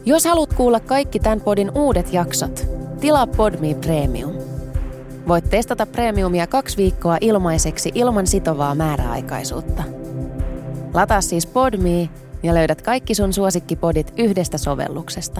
Jos haluat kuulla kaikki tämän podin uudet jaksot, tilaa Podme Premium. Voit testata Premiumia 2 viikkoa ilmaiseksi ilman sitovaa määräaikaisuutta. Lataa siis Podme ja löydät kaikki sun suosikkipodit yhdestä sovelluksesta.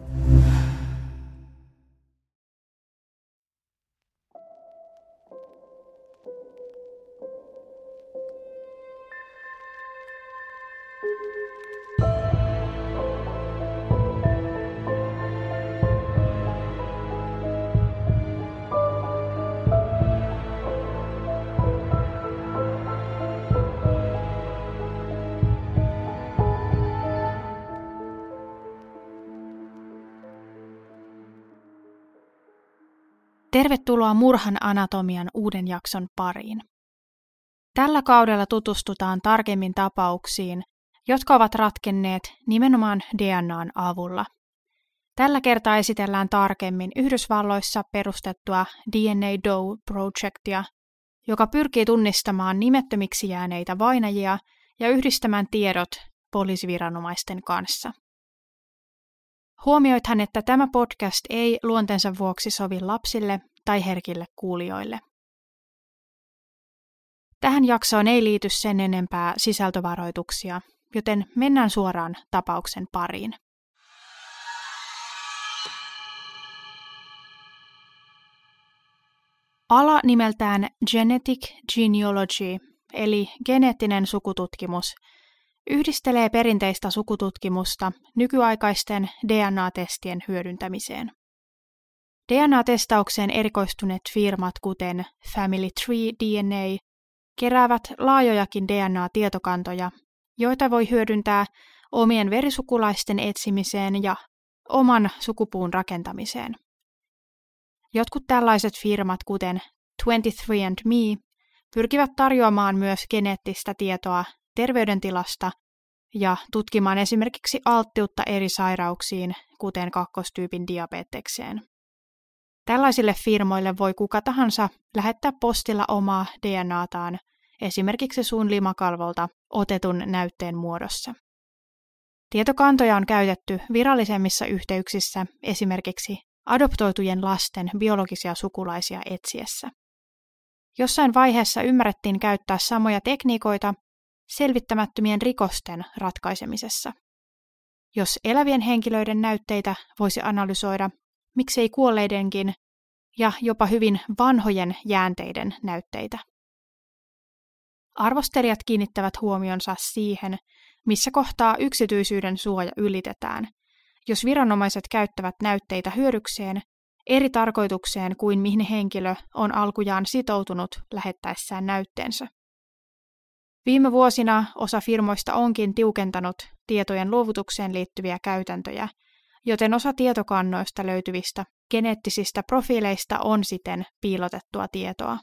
Tervetuloa Murhan anatomian uuden jakson pariin. Tällä kaudella tutustutaan tarkemmin tapauksiin, jotka ovat ratkenneet nimenomaan DNAn avulla. Tällä kertaa esitellään tarkemmin Yhdysvalloissa perustettua DNA Doe Projectia, joka pyrkii tunnistamaan nimettömiksi jääneitä vainajia ja yhdistämään tiedot poliisiviranomaisten kanssa. Huomioithan, että tämä podcast ei luonteensa vuoksi sovi lapsille tai herkille kuulijoille. Tähän jaksoon ei liity sen enempää sisältövaroituksia, joten mennään suoraan tapauksen pariin. Ala nimeltään Genetic Genealogy, eli geneettinen sukututkimus, yhdistelee perinteistä sukututkimusta nykyaikaisten DNA-testien hyödyntämiseen. DNA-testaukseen erikoistuneet firmat, kuten Family Tree DNA, keräävät laajojakin DNA-tietokantoja, joita voi hyödyntää omien verisukulaisten etsimiseen ja oman sukupuun rakentamiseen. Jotkut tällaiset firmat, kuten 23andMe, pyrkivät tarjoamaan myös geneettistä tietoa terveydentilasta ja tutkimaan esimerkiksi alttiutta eri sairauksiin, kuten kakkostyypin diabetekseen. Tällaisille firmoille voi kuka tahansa lähettää postilla omaa DNAtaan, esimerkiksi suun limakalvolta otetun näytteen muodossa. Tietokantoja on käytetty virallisemmissa yhteyksissä esimerkiksi adoptoitujen lasten biologisia sukulaisia etsiessä. Jossain vaiheessa ymmärrettiin käyttää samoja tekniikoita selvittämättömien rikosten ratkaisemisessa. Jos elävien henkilöiden näytteitä voisi analysoida, miksei kuolleidenkin ja jopa hyvin vanhojen jäänteiden näytteitä. Arvostelijat kiinnittävät huomionsa siihen, missä kohtaa yksityisyyden suoja ylitetään, jos viranomaiset käyttävät näytteitä hyödykseen eri tarkoitukseen kuin mihin henkilö on alkujaan sitoutunut lähettäessään näytteensä. Viime vuosina osa firmoista onkin tiukentanut tietojen luovutukseen liittyviä käytäntöjä, joten osa tietokannoista löytyvistä geneettisistä profiileista on siten piilotettua tietoa.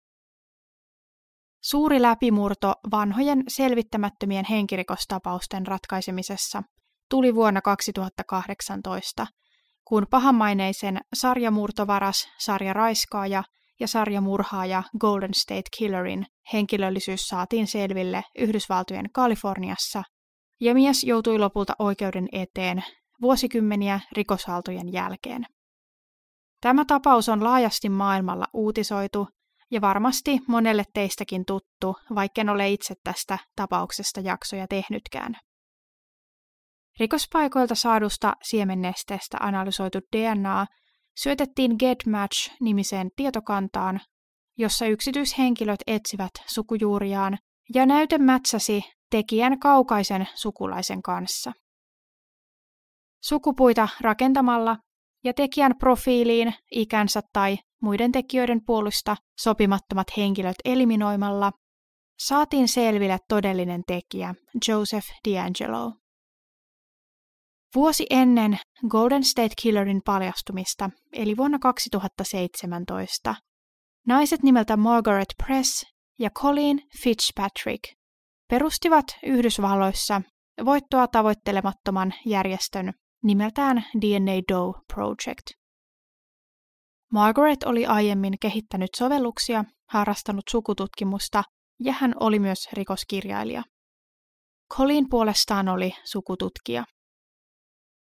Suuri läpimurto vanhojen selvittämättömien henkirikostapausten ratkaisemisessa tuli vuonna 2018, kun pahamaineisen sarjamurtovaras, sarjaraiskaaja ja sarjamurhaaja Golden State Killerin henkilöllisyys saatiin selville Yhdysvaltojen Kaliforniassa, ja mies joutui lopulta oikeuden eteen vuosikymmeniä rikosaaltojen jälkeen. Tämä tapaus on laajasti maailmalla uutisoitu ja varmasti monelle teistäkin tuttu, vaikken ole itse tästä tapauksesta jaksoja tehnytkään. Rikospaikoilta saadusta siemennesteestä analysoitu DNA syötettiin GetMatch-nimiseen tietokantaan, jossa yksityishenkilöt etsivät sukujuuriaan, ja näyte mätsäsi tekijän kaukaisen sukulaisen kanssa. Sukupuita rakentamalla ja tekijän profiiliin, ikänsä tai muiden tekijöiden puolusta sopimattomat henkilöt eliminoimalla saatiin selville todellinen tekijä Joseph DeAngelo. Vuosi ennen Golden State Killerin paljastumista, eli vuonna 2017, naiset nimeltä Margaret Press ja Colleen Fitzpatrick perustivat Yhdysvalloissa voittoa tavoittelemattoman järjestön nimeltään DNA Doe Project. Margaret oli aiemmin kehittänyt sovelluksia, harrastanut sukututkimusta ja hän oli myös rikoskirjailija. Colleen puolestaan oli sukututkija.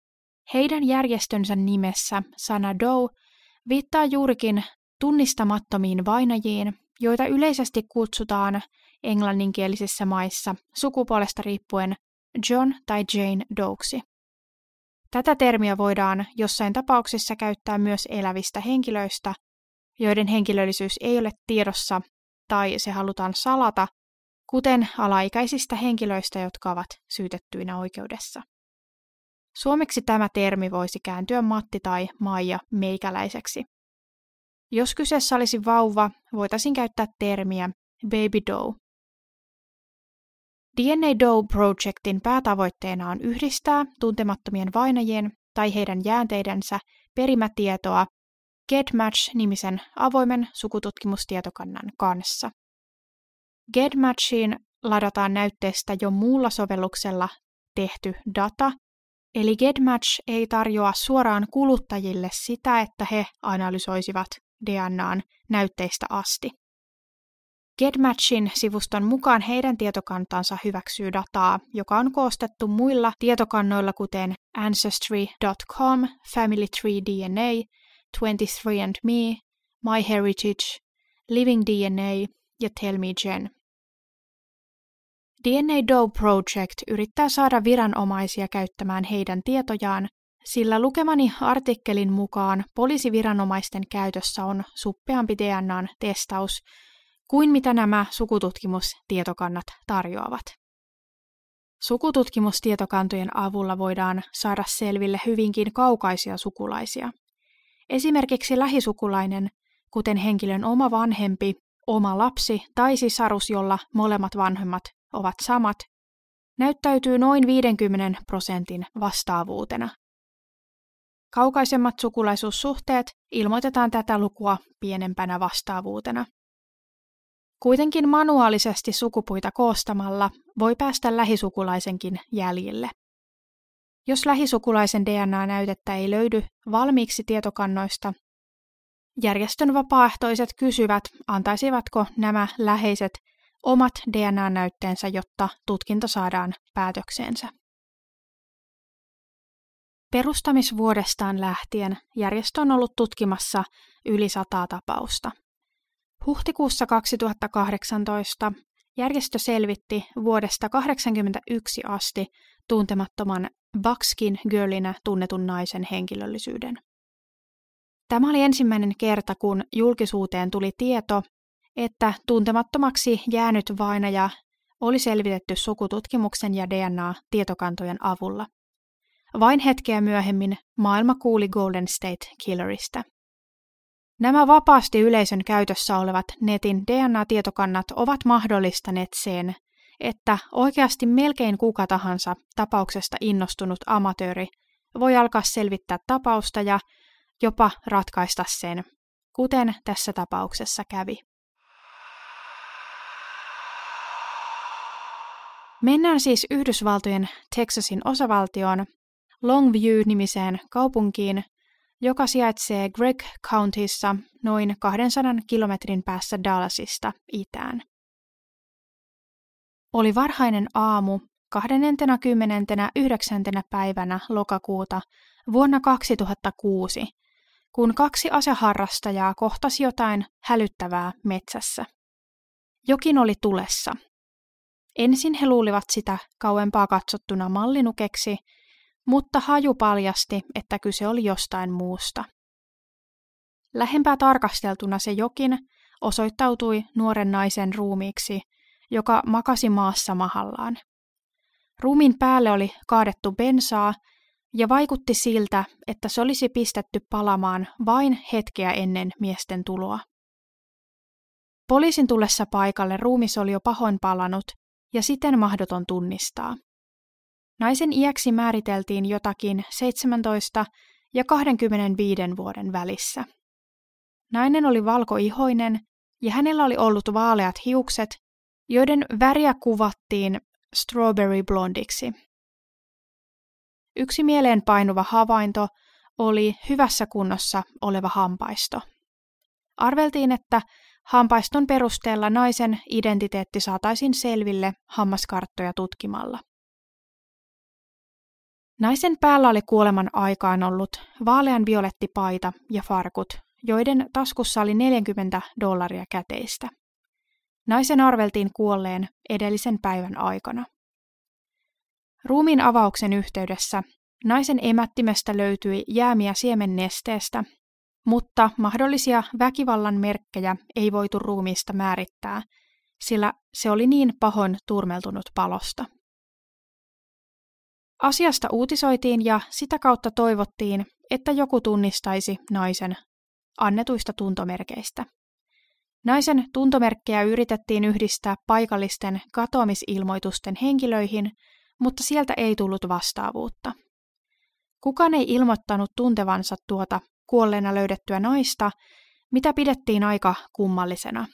Heidän järjestönsä nimessä sana Doe viittaa juurikin tunnistamattomiin vainajiin, joita yleisesti kutsutaan englanninkielisissä maissa sukupuolesta riippuen John tai Jane Doeksi. Tätä termiä voidaan jossain tapauksessa käyttää myös elävistä henkilöistä, joiden henkilöllisyys ei ole tiedossa tai se halutaan salata, kuten alaikäisistä henkilöistä, jotka ovat syytettyinä oikeudessa. Suomeksi tämä termi voisi kääntyä Matti tai Maija meikäläiseksi. Jos kyseessä olisi vauva, voitaisiin käyttää termiä Baby Doe. DNA Doe Projectin päätavoitteena on yhdistää tuntemattomien vainajien tai heidän jäänteidensä perimätietoa GEDmatch-nimisen avoimen sukututkimustietokannan kanssa. GEDmatchiin ladataan näytteestä jo muulla sovelluksella tehty data, eli GEDmatch ei tarjoa suoraan kuluttajille sitä, että he analysoisivat DNAn näytteistä asti. GEDmatchin sivuston mukaan heidän tietokantansa hyväksyy dataa, joka on koostettu muilla tietokannoilla kuten Ancestry.com, Family Tree DNA, 23andMe, MyHeritage, Living DNA ja TellMeGen. DNA Doe Project yrittää saada viranomaisia käyttämään heidän tietojaan, sillä lukemani artikkelin mukaan poliisiviranomaisten käytössä on suppeampi DNAn testaus kuin mitä nämä sukututkimustietokannat tarjoavat. Sukututkimustietokantojen avulla voidaan saada selville hyvinkin kaukaisia sukulaisia. Esimerkiksi lähisukulainen, kuten henkilön oma vanhempi, oma lapsi tai sisarus, jolla molemmat vanhemmat ovat samat, näyttäytyy noin 50% vastaavuutena. Kaukaisemmat sukulaisuussuhteet ilmoitetaan tätä lukua pienempänä vastaavuutena. Kuitenkin manuaalisesti sukupuita koostamalla voi päästä lähisukulaisenkin jäljille. Jos lähisukulaisen DNA-näytettä ei löydy valmiiksi tietokannoista, järjestön vapaaehtoiset kysyvät, antaisivatko nämä läheiset omat DNA-näytteensä, jotta tutkinta saadaan päätökseensä. Perustamisvuodestaan lähtien järjestö on ollut tutkimassa yli 100 tapausta. Huhtikuussa 2018 järjestö selvitti vuodesta 1981 asti tuntemattoman Buckskin Girlinä tunnetun naisen henkilöllisyyden. Tämä oli ensimmäinen kerta, kun julkisuuteen tuli tieto, että tuntemattomaksi jäänyt vainaja oli selvitetty sukututkimuksen ja DNA-tietokantojen avulla. Vain hetkeä myöhemmin maailma kuuli Golden State Killeristä. Nämä vapaasti yleisön käytössä olevat netin DNA-tietokannat ovat mahdollistaneet sen, että oikeasti melkein kuka tahansa tapauksesta innostunut amatööri voi alkaa selvittää tapausta ja jopa ratkaista sen, kuten tässä tapauksessa kävi. Mennään siis Yhdysvaltojen Texasin osavaltioon Longview-nimiseen kaupunkiin, joka sijaitsee Gregg Countyssa noin 200 kilometrin päässä Dallasista itään. Oli varhainen aamu 29. päivänä lokakuuta vuonna 2006, kun 2 aseharrastajaa kohtasi jotain hälyttävää metsässä. Jokin oli tulessa. Ensin he luulivat sitä kauempaa katsottuna mallinukeksi, mutta haju paljasti, että kyse oli jostain muusta. Lähempää tarkasteltuna se jokin osoittautui nuoren naisen ruumiiksi, joka makasi maassa mahallaan. Ruumiin päälle oli kaadettu bensaa ja vaikutti siltä, että se olisi pistetty palamaan vain hetkeä ennen miesten tuloa. Poliisin tullessa paikalle ruumis oli jo pahoin palanut ja siten mahdoton tunnistaa. Naisen iäksi määriteltiin jotakin 17 ja 25 vuoden välissä. Nainen oli valkoihoinen ja hänellä oli ollut vaaleat hiukset, joiden väriä kuvattiin strawberry blondiksi. Yksi mieleen painuva havainto oli hyvässä kunnossa oleva hampaisto. Arveltiin, että hampaiston perusteella naisen identiteetti saataisiin selville hammaskarttoja tutkimalla. Naisen päällä oli kuoleman aikaan ollut vaalean violetti paita ja farkut, joiden taskussa oli $40 käteistä. Naisen arveltiin kuolleen edellisen päivän aikana. Ruumiin avauksen yhteydessä naisen emättimestä löytyi jäämiä siemennesteestä, mutta mahdollisia väkivallan merkkejä ei voitu ruumiista määrittää, sillä se oli niin pahoin turmeltunut palosta. Asiasta uutisoitiin ja sitä kautta toivottiin, että joku tunnistaisi naisen annetuista tuntomerkeistä. Naisen tuntomerkkejä yritettiin yhdistää paikallisten katoamisilmoitusten henkilöihin, mutta sieltä ei tullut vastaavuutta. Kukaan ei ilmoittanut tuntevansa tuota kuolleena löydettyä naista, mitä pidettiin aika kummallisena.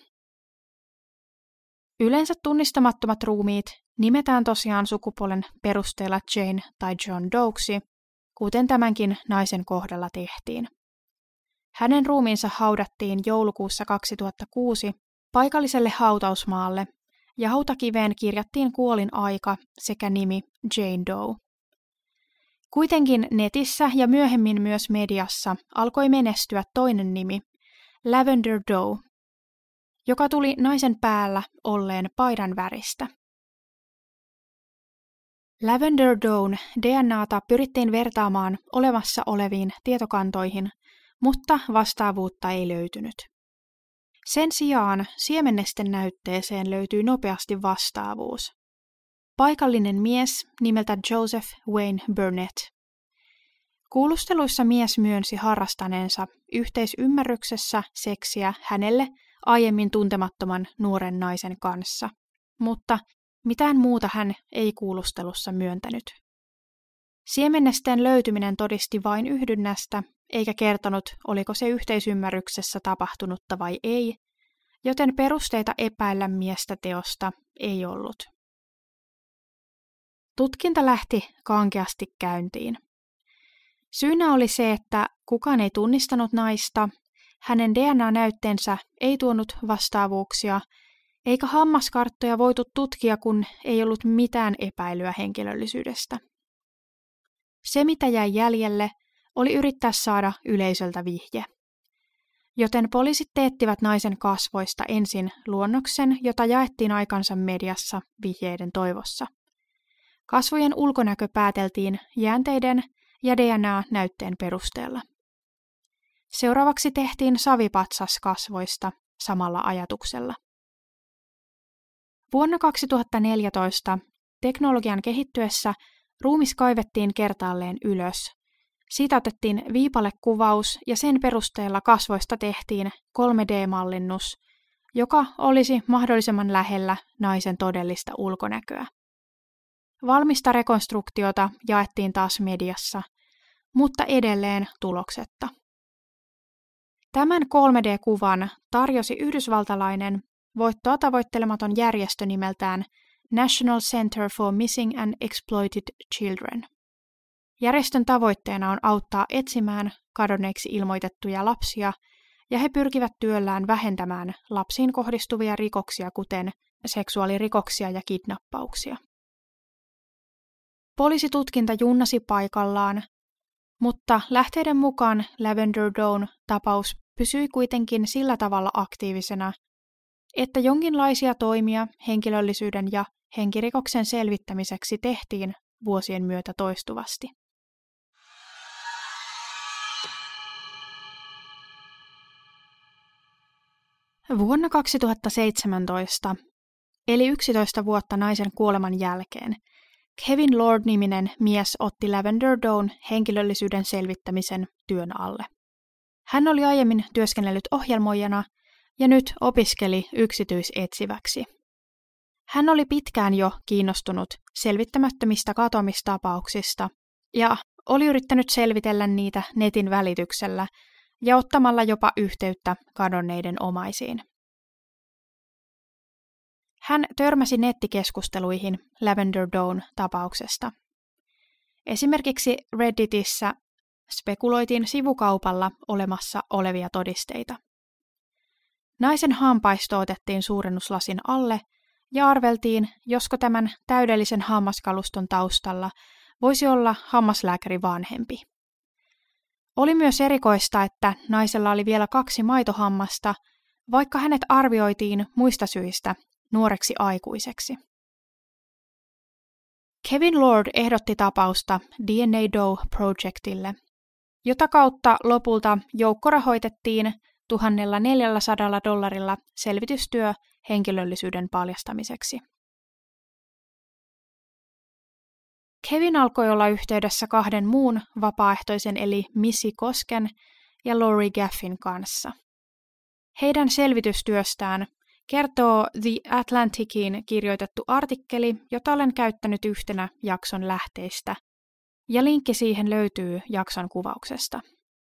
Yleensä tunnistamattomat ruumiit nimetään tosiaan sukupuolen perusteella Jane tai John Doeksi, kuten tämänkin naisen kohdalla tehtiin. Hänen ruumiinsa haudattiin joulukuussa 2006 paikalliselle hautausmaalle ja hautakiveen kirjattiin kuolin aika sekä nimi Jane Doe. Kuitenkin netissä ja myöhemmin myös mediassa alkoi menestyä toinen nimi, Lavender Doe, joka tuli naisen päällä olleen paidan väristä. Lavender Doen DNAta pyrittiin vertaamaan olemassa oleviin tietokantoihin, mutta vastaavuutta ei löytynyt. Sen sijaan siemennesten näytteeseen löytyi nopeasti vastaavuus. Paikallinen mies nimeltä Joseph Wayne Burnett. Kuulusteluissa mies myönsi harrastaneensa yhteisymmärryksessä seksiä hänelle aiemmin tuntemattoman nuoren naisen kanssa, mutta mitään muuta hän ei kuulustelussa myöntänyt. Siemennesteen löytyminen todisti vain yhdynnästä, eikä kertonut, oliko se yhteisymmärryksessä tapahtunutta vai ei, joten perusteita epäillä miestä teosta ei ollut. Tutkinta lähti kankeasti käyntiin. Syynä oli se, että kukaan ei tunnistanut naista, hänen DNA-näytteensä ei tuonut vastaavuuksia, eikä hammaskarttoja voitu tutkia, kun ei ollut mitään epäilyä henkilöllisyydestä. Se, mitä jäi jäljelle, oli yrittää saada yleisöltä vihje. Joten poliisit teettivät naisen kasvoista ensin luonnoksen, jota jaettiin aikansa mediassa vihjeiden toivossa. Kasvojen ulkonäkö pääteltiin jäänteiden ja DNA-näytteen perusteella. Seuraavaksi tehtiin savipatsas kasvoista samalla ajatuksella. Vuonna 2014 teknologian kehittyessä ruumis kaivettiin kertaalleen ylös. Siitä otettiin viipalekuvaus ja sen perusteella kasvoista tehtiin 3D-mallinnus, joka olisi mahdollisimman lähellä naisen todellista ulkonäköä. Valmista rekonstruktiota jaettiin taas mediassa, mutta edelleen tuloksetta. Tämän 3D-kuvan tarjosi yhdysvaltalainen voittoa tavoittelematon järjestö nimeltään National Center for Missing and Exploited Children. Järjestön tavoitteena on auttaa etsimään kadonneiksi ilmoitettuja lapsia, ja he pyrkivät työllään vähentämään lapsiin kohdistuvia rikoksia, kuten seksuaalirikoksia ja kidnappauksia. Poliisitutkinta junnasi paikallaan, mutta lähteiden mukaan Lavender Doen tapaus pysyi kuitenkin sillä tavalla aktiivisena, että jonkinlaisia toimia henkilöllisyyden ja henkirikoksen selvittämiseksi tehtiin vuosien myötä toistuvasti. Vuonna 2017, eli 11 vuotta naisen kuoleman jälkeen, Kevin Lord-niminen mies otti Lavender Doen henkilöllisyyden selvittämisen työn alle. Hän oli aiemmin työskennellyt ohjelmoijana ja nyt opiskeli yksityisetsiväksi. Hän oli pitkään jo kiinnostunut selvittämättömistä katoamistapauksista ja oli yrittänyt selvitellä niitä netin välityksellä ja ottamalla jopa yhteyttä kadonneiden omaisiin. Hän törmäsi nettikeskusteluihin Lavender Doen tapauksesta. Esimerkiksi Redditissä spekuloitiin sivukaupalla olemassa olevia todisteita. Naisen hampaisto otettiin suurennuslasin alle ja arveltiin, josko tämän täydellisen hammaskaluston taustalla voisi olla hammaslääkäri vanhempi. Oli myös erikoista, että naisella oli vielä 2 maitohammasta, vaikka hänet arvioitiin muista syistä nuoreksi aikuiseksi. Kevin Lord ehdotti tapausta DNA Doe Projectille, jota kautta lopulta joukko rahoitettiin $1,400 selvitystyö henkilöllisyyden paljastamiseksi. Kevin alkoi olla yhteydessä 2 muun vapaaehtoisen eli Missy Kosken ja Lori Gaffin kanssa. Heidän selvitystyöstään kertoo The Atlanticin kirjoitettu artikkeli, jota olen käyttänyt yhtenä jakson lähteistä, ja linkki siihen löytyy jakson kuvauksesta.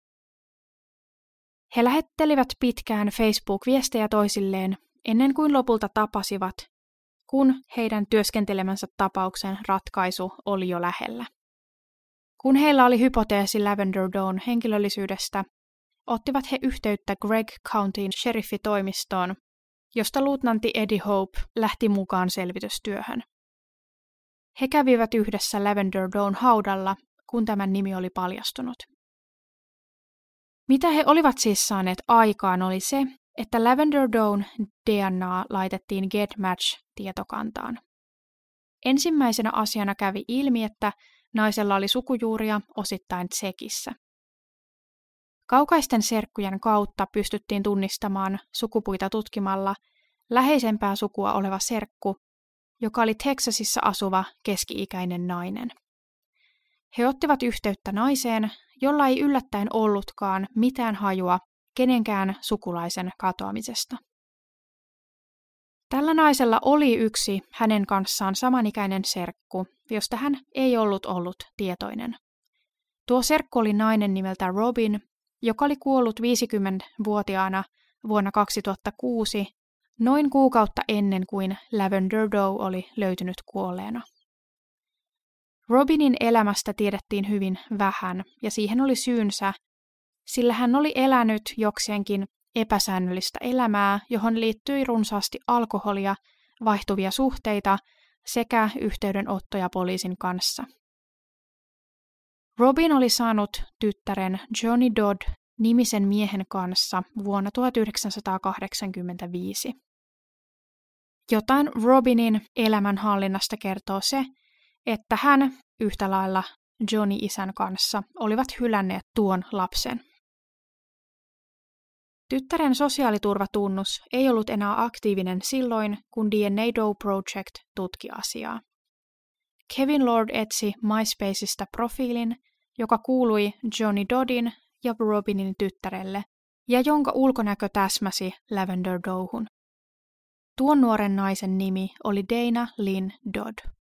He lähettelivät pitkään Facebook-viestejä toisilleen ennen kuin lopulta tapasivat, kun heidän työskentelemänsä tapauksen ratkaisu oli jo lähellä. Kun heillä oli hypoteesi Lavender Dawn henkilöllisyydestä, ottivat he yhteyttä Gregg Countyn sheriffitoimistoon, josta luutnantti Eddie Hope lähti mukaan selvitystyöhön. He kävivät yhdessä Lavender Dawn haudalla, kun tämän nimi oli paljastunut. Mitä he olivat siis saaneet aikaan oli se, että Lavender Dawn DNA laitettiin GetMatch-tietokantaan. Ensimmäisenä asiana kävi ilmi, että naisella oli sukujuuria osittain Tsekissä. Kaukaisten serkkujen kautta pystyttiin tunnistamaan sukupuita tutkimalla läheisempää sukua oleva serkku, joka oli Teksasissa asuva keski-ikäinen nainen. He ottivat yhteyttä naiseen, jolla ei yllättäen ollutkaan mitään hajua kenenkään sukulaisen katoamisesta. Tällä naisella oli yksi hänen kanssaan samanikäinen serkku, josta hän ei ollut tietoinen. Tuo serkku oli nainen nimeltä Robin, joka oli kuollut 50-vuotiaana vuonna 2006, noin kuukautta ennen kuin Lavender Dawn oli löytynyt kuolleena. Robinin elämästä tiedettiin hyvin vähän, ja siihen oli syynsä, sillä hän oli elänyt jokseenkin epäsäännöllistä elämää, johon liittyi runsaasti alkoholia, vaihtuvia suhteita sekä yhteydenottoja poliisin kanssa. Robin oli saanut tyttären Johnny Dodd-nimisen miehen kanssa vuonna 1985. Jotain Robinin elämänhallinnasta kertoo se, että hän yhtä lailla Johnny isän kanssa olivat hylänneet tuon lapsen. Tyttären sosiaaliturvatunnus ei ollut enää aktiivinen silloin, kun DNA Doe Project tutki asiaa. Kevin Lord etsi MySpaceista profiilin, joka kuului Johnny Doddin ja Robinin tyttärelle, ja jonka ulkonäkö täsmäsi Lavender Dawhun. Tuon nuoren naisen nimi oli Dana Lynn Dodd.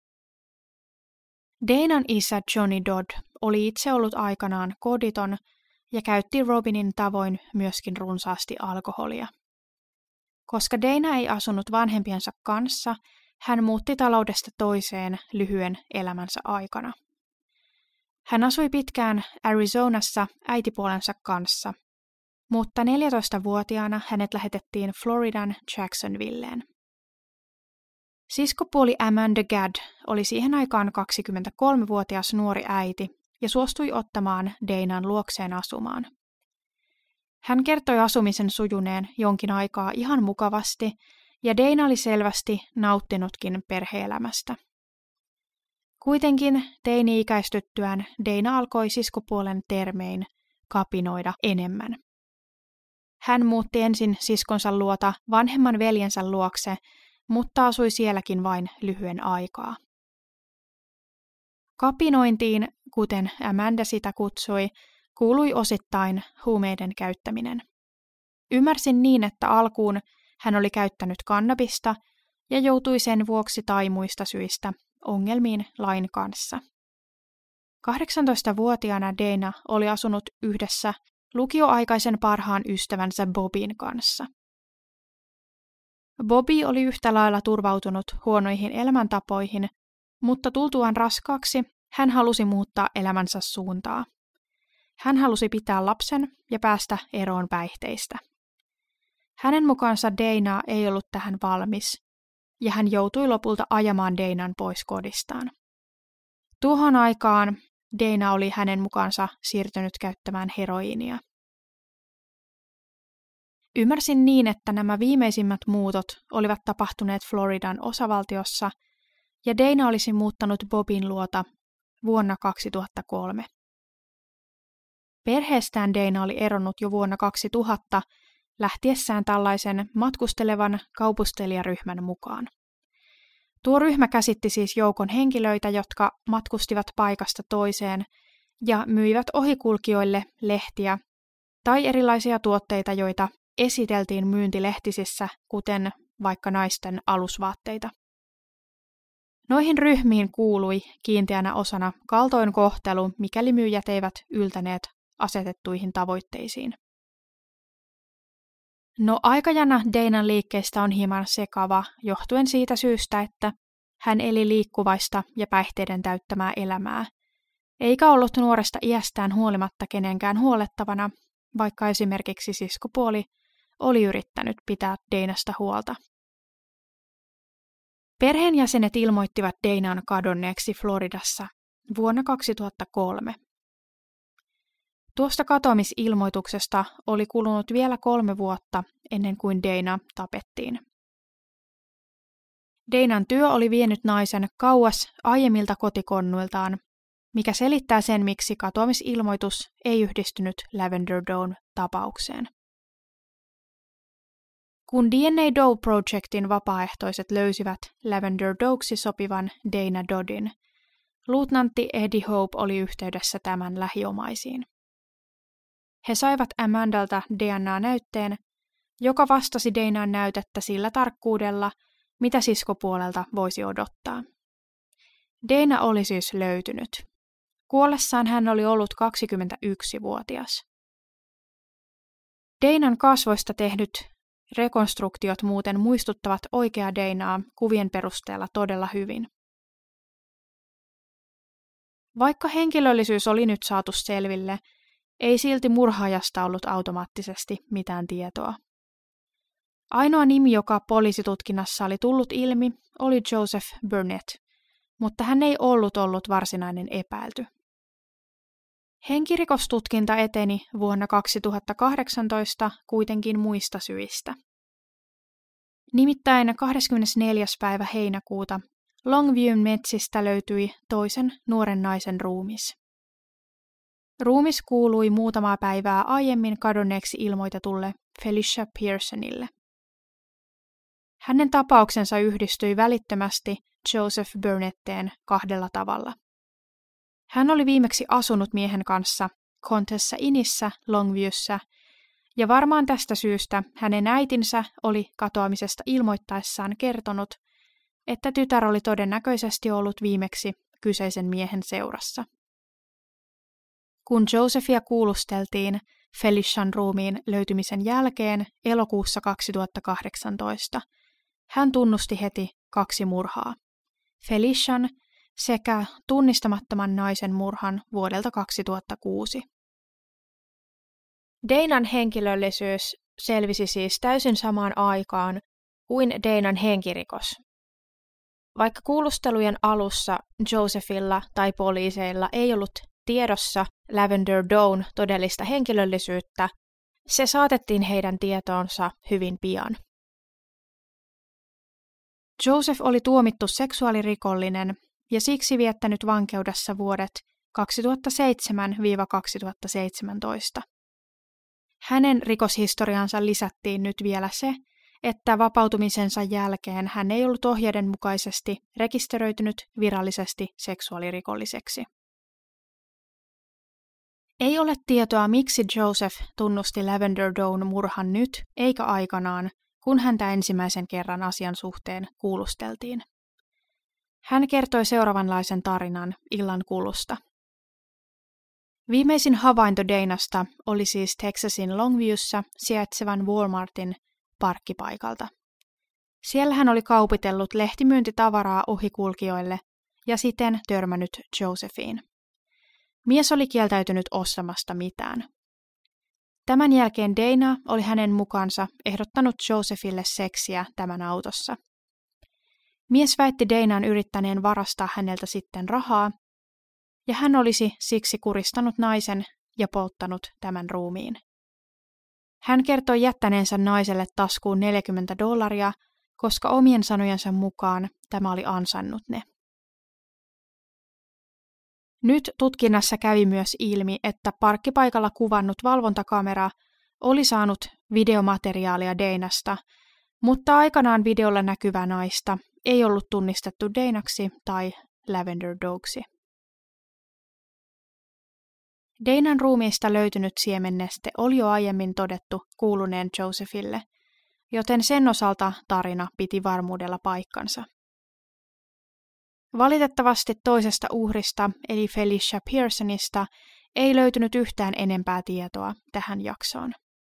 Danan isä Johnny Dodd oli itse ollut aikanaan koditon ja käytti Robinin tavoin myöskin runsaasti alkoholia. Koska Dana ei asunut vanhempiensa kanssa, hän muutti taloudesta toiseen lyhyen elämänsä aikana. Hän asui pitkään Arizonassa äitipuolensa kanssa, mutta 14-vuotiaana hänet lähetettiin Floridan Jacksonvilleen. Siskopuoli Amanda Gadd oli siihen aikaan 23-vuotias nuori äiti ja suostui ottamaan Danan luokseen asumaan. Hän kertoi asumisen sujuneen jonkin aikaa ihan mukavasti, ja Dana oli selvästi nauttinutkin perhe-elämästä. Kuitenkin teini-ikäistyttyään Dana alkoi siskopuolen termein kapinoida enemmän. Hän muutti ensin siskonsa luota vanhemman veljensä luokse, mutta asui sielläkin vain lyhyen aikaa. Kapinointiin, kuten Amanda sitä kutsui, kuului osittain huumeiden käyttäminen. Ymmärsin niin, että alkuun hän oli käyttänyt kannabista ja joutui sen vuoksi tai muista syistä ongelmiin lain kanssa. 18-vuotiaana Dana oli asunut yhdessä lukioaikaisen parhaan ystävänsä Bobin kanssa. Bobby oli yhtä lailla turvautunut huonoihin elämäntapoihin, mutta tultuaan raskaaksi hän halusi muuttaa elämänsä suuntaa. Hän halusi pitää lapsen ja päästä eroon päihteistä. Hänen mukaansa Dana ei ollut tähän valmis, ja hän joutui lopulta ajamaan Danan pois kodistaan. Tuohon aikaan Dana oli hänen mukaansa siirtynyt käyttämään heroiinia. Ymmärsin niin, että nämä viimeisimmät muutot olivat tapahtuneet Floridan osavaltiossa ja Dana olisi muuttanut Bobin luota vuonna 2003. Perheestään Dana oli eronnut jo vuonna 2000 lähtiessään tällaisen matkustelevan kaupustelijaryhmän mukaan. Tuo ryhmä käsitti siis joukon henkilöitä, jotka matkustivat paikasta toiseen ja myivät ohikulkijoille lehtiä tai erilaisia tuotteita, joita esiteltiin myyntilehtisissä, kuten vaikka naisten alusvaatteita. Noihin ryhmiin kuului kiinteänä osana kaltoinkohtelu, mikäli myyjät eivät yltäneet asetettuihin tavoitteisiin. No aikajana Danan liikkeestä on hieman sekava, johtuen siitä syystä, että hän eli liikkuvaista ja päihteiden täyttämää elämää, eikä ollut nuoresta iästään huolimatta kenenkään huolettavana, vaikka esimerkiksi siskopuoli oli yrittänyt pitää Danasta huolta. Perheenjäsenet ilmoittivat Danan kadonneeksi Floridassa vuonna 2003. Tuosta katoamisilmoituksesta oli kulunut vielä 3 vuotta ennen kuin Dana tapettiin. Danan työ oli vienyt naisen kauas aiemmilta kotikonnuiltaan, mikä selittää sen, miksi katoamisilmoitus ei yhdistynyt Lavender Dawn-tapaukseen. Kun DNA Doe Projectin vapaaehtoiset löysivät Lavender Doeksi sopivan Dana Doddin, luutnantti Eddie Hope oli yhteydessä tämän lähiomaisiin. He saivat Amandalta DNA-näytteen, joka vastasi Danan näytettä sillä tarkkuudella, mitä siskopuolelta voisi odottaa. Dana oli siis löytynyt. Kuollessaan hän oli ollut 21-vuotias. Danan kasvoista tehdyt rekonstruktiot muuten muistuttavat oikeaa Danaa kuvien perusteella todella hyvin. Vaikka henkilöllisyys oli nyt saatu selville, ei silti murhaajasta ollut automaattisesti mitään tietoa. Ainoa nimi, joka poliisitutkinnassa oli tullut ilmi, oli Joseph Burnett, mutta hän ei ollut varsinainen epäilty. Henkirikostutkinta eteni vuonna 2018 kuitenkin muista syistä. Nimittäin 24. päivä heinäkuuta Longviewn metsistä löytyi toisen nuoren naisen ruumis. Ruumis kuului muutamaa päivää aiemmin kadonneeksi ilmoitetulle Felicia Pearsonille. Hänen tapauksensa yhdistyi välittömästi Joseph Burnetteen 2 tavalla. Hän oli viimeksi asunut miehen kanssa Contessa Innissä Longviewssä, ja varmaan tästä syystä hänen äitinsä oli katoamisesta ilmoittaessaan kertonut, että tytär oli todennäköisesti ollut viimeksi kyseisen miehen seurassa. Kun Josephia kuulusteltiin Felician ruumiin löytymisen jälkeen elokuussa 2018, hän tunnusti heti 2 murhaa, Felician sekä tunnistamattoman naisen murhan vuodelta 2006. Danan henkilöllisyys selvisi siis täysin samaan aikaan kuin Danan henkirikos. Vaikka kuulustelujen alussa Josephilla tai poliiseilla ei ollut tiedossa Lavender Dawn todellista henkilöllisyyttä, se saatettiin heidän tietoonsa hyvin pian. Joseph oli tuomittu seksuaalirikollinen ja siksi viettänyt vankeudessa vuodet 2007–2017. Hänen rikoshistoriansa lisättiin nyt vielä se, että vapautumisensa jälkeen hän ei ollut ohjeiden mukaisesti rekisteröitynyt virallisesti seksuaalirikolliseksi. Ei ole tietoa, miksi Joseph tunnusti Lavender Dawn murhan nyt eikä aikanaan, kun häntä ensimmäisen kerran asian suhteen kuulusteltiin. Hän kertoi seuraavanlaisen tarinan illan kulusta. Viimeisin havainto Danasta oli siis Texasin Longviewssa sijaitsevan Walmartin parkkipaikalta. Siellä hän oli kaupitellut lehtimyyntitavaraa ohikulkijoille ja siten törmännyt Josephiin. Mies oli kieltäytynyt ostamasta mitään. Tämän jälkeen Dana oli hänen mukaansa ehdottanut Josephille seksiä tämän autossa. Mies väitti Danan yrittäneen varastaa häneltä sitten rahaa, ja hän olisi siksi kuristanut naisen ja polttanut tämän ruumiin. Hän kertoi jättäneensä naiselle taskuun $40, koska omien sanojensa mukaan tämä oli ansainnut ne. Nyt tutkinnassa kävi myös ilmi, että parkkipaikalla kuvannut valvontakamera oli saanut videomateriaalia Danasta, mutta aikanaan videolla näkyvää naista ei ollut tunnistettu Danaksi tai Lavender Dogsi. Danan ruumiista löytynyt siemenneste oli jo aiemmin todettu kuuluneen Josephille, joten sen osalta tarina piti varmuudella paikkansa. Valitettavasti toisesta uhrista, eli Felicia Pearsonista, ei löytynyt yhtään enempää tietoa tähän jaksoon.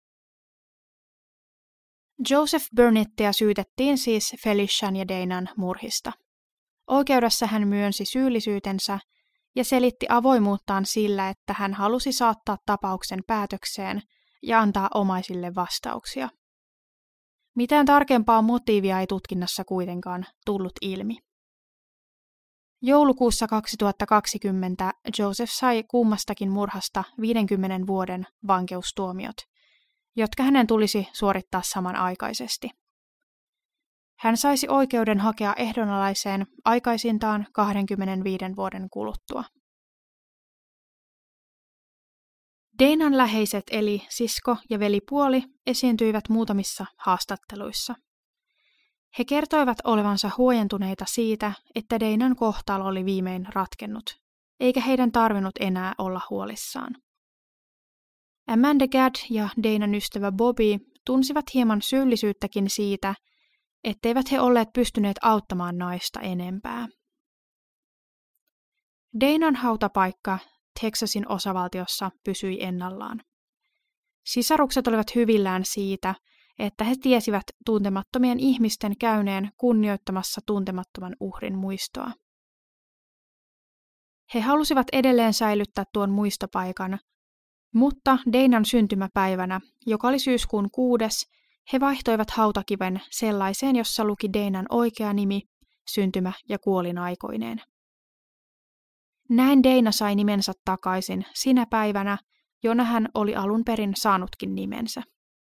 Joseph Burnettia syytettiin siis Felician ja Danan murhista. Oikeudessa hän myönsi syyllisyytensä ja selitti avoimuuttaan sillä, että hän halusi saattaa tapauksen päätökseen ja antaa omaisille vastauksia. Mitään tarkempaa motiivia ei tutkinnassa kuitenkaan tullut ilmi. Joulukuussa 2020 Joseph sai kummastakin murhasta 50 vuoden vankeustuomiot, jotka hänen tulisi suorittaa samanaikaisesti. Hän saisi oikeuden hakea ehdonalaiseen aikaisintaan 25 vuoden kuluttua. Danan läheiset eli sisko ja velipuoli esiintyivät muutamissa haastatteluissa. He kertoivat olevansa huojentuneita siitä, että Danan kohtalo oli viimein ratkennut, eikä heidän tarvinnut enää olla huolissaan. Amanda Gadd ja Danan ystävä Bobby tunsivat hieman syyllisyyttäkin siitä, etteivät he olleet pystyneet auttamaan naista enempää. Danan hautapaikka Texasin osavaltiossa pysyi ennallaan. Sisarukset olivat hyvillään siitä, että he tiesivät tuntemattomien ihmisten käyneen kunnioittamassa tuntemattoman uhrin muistoa. He halusivat edelleen säilyttää tuon muistopaikan, mutta Danan syntymäpäivänä, joka oli syyskuun 6, he vaihtoivat hautakiven sellaiseen, jossa luki Danan oikea nimi, syntymä ja kuolinaikoineen. Näin Dana sai nimensä takaisin sinä päivänä, jona hän oli alun perin saanutkin nimensä.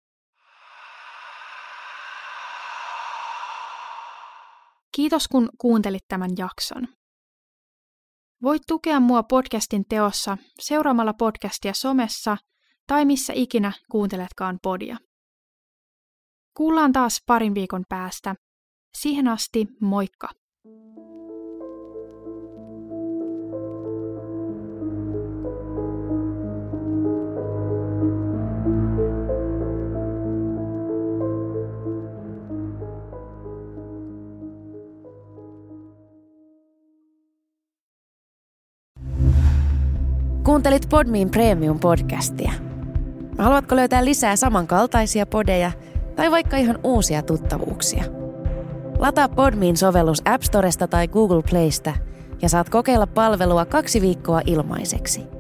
Kiitos kun kuuntelit tämän jakson. Voit tukea mua podcastin teossa seuraamalla podcastia somessa tai missä ikinä kuunteletkaan podia. Kuullaan taas parin viikon päästä. Siihen asti, moikka! Kuuntelit Podmin Premium-podcastia. Haluatko löytää lisää samankaltaisia podeja tai vaikka ihan uusia tuttavuuksia? Lataa Podmin sovellus App Storesta tai Google Playsta ja saat kokeilla palvelua 2 viikkoa ilmaiseksi.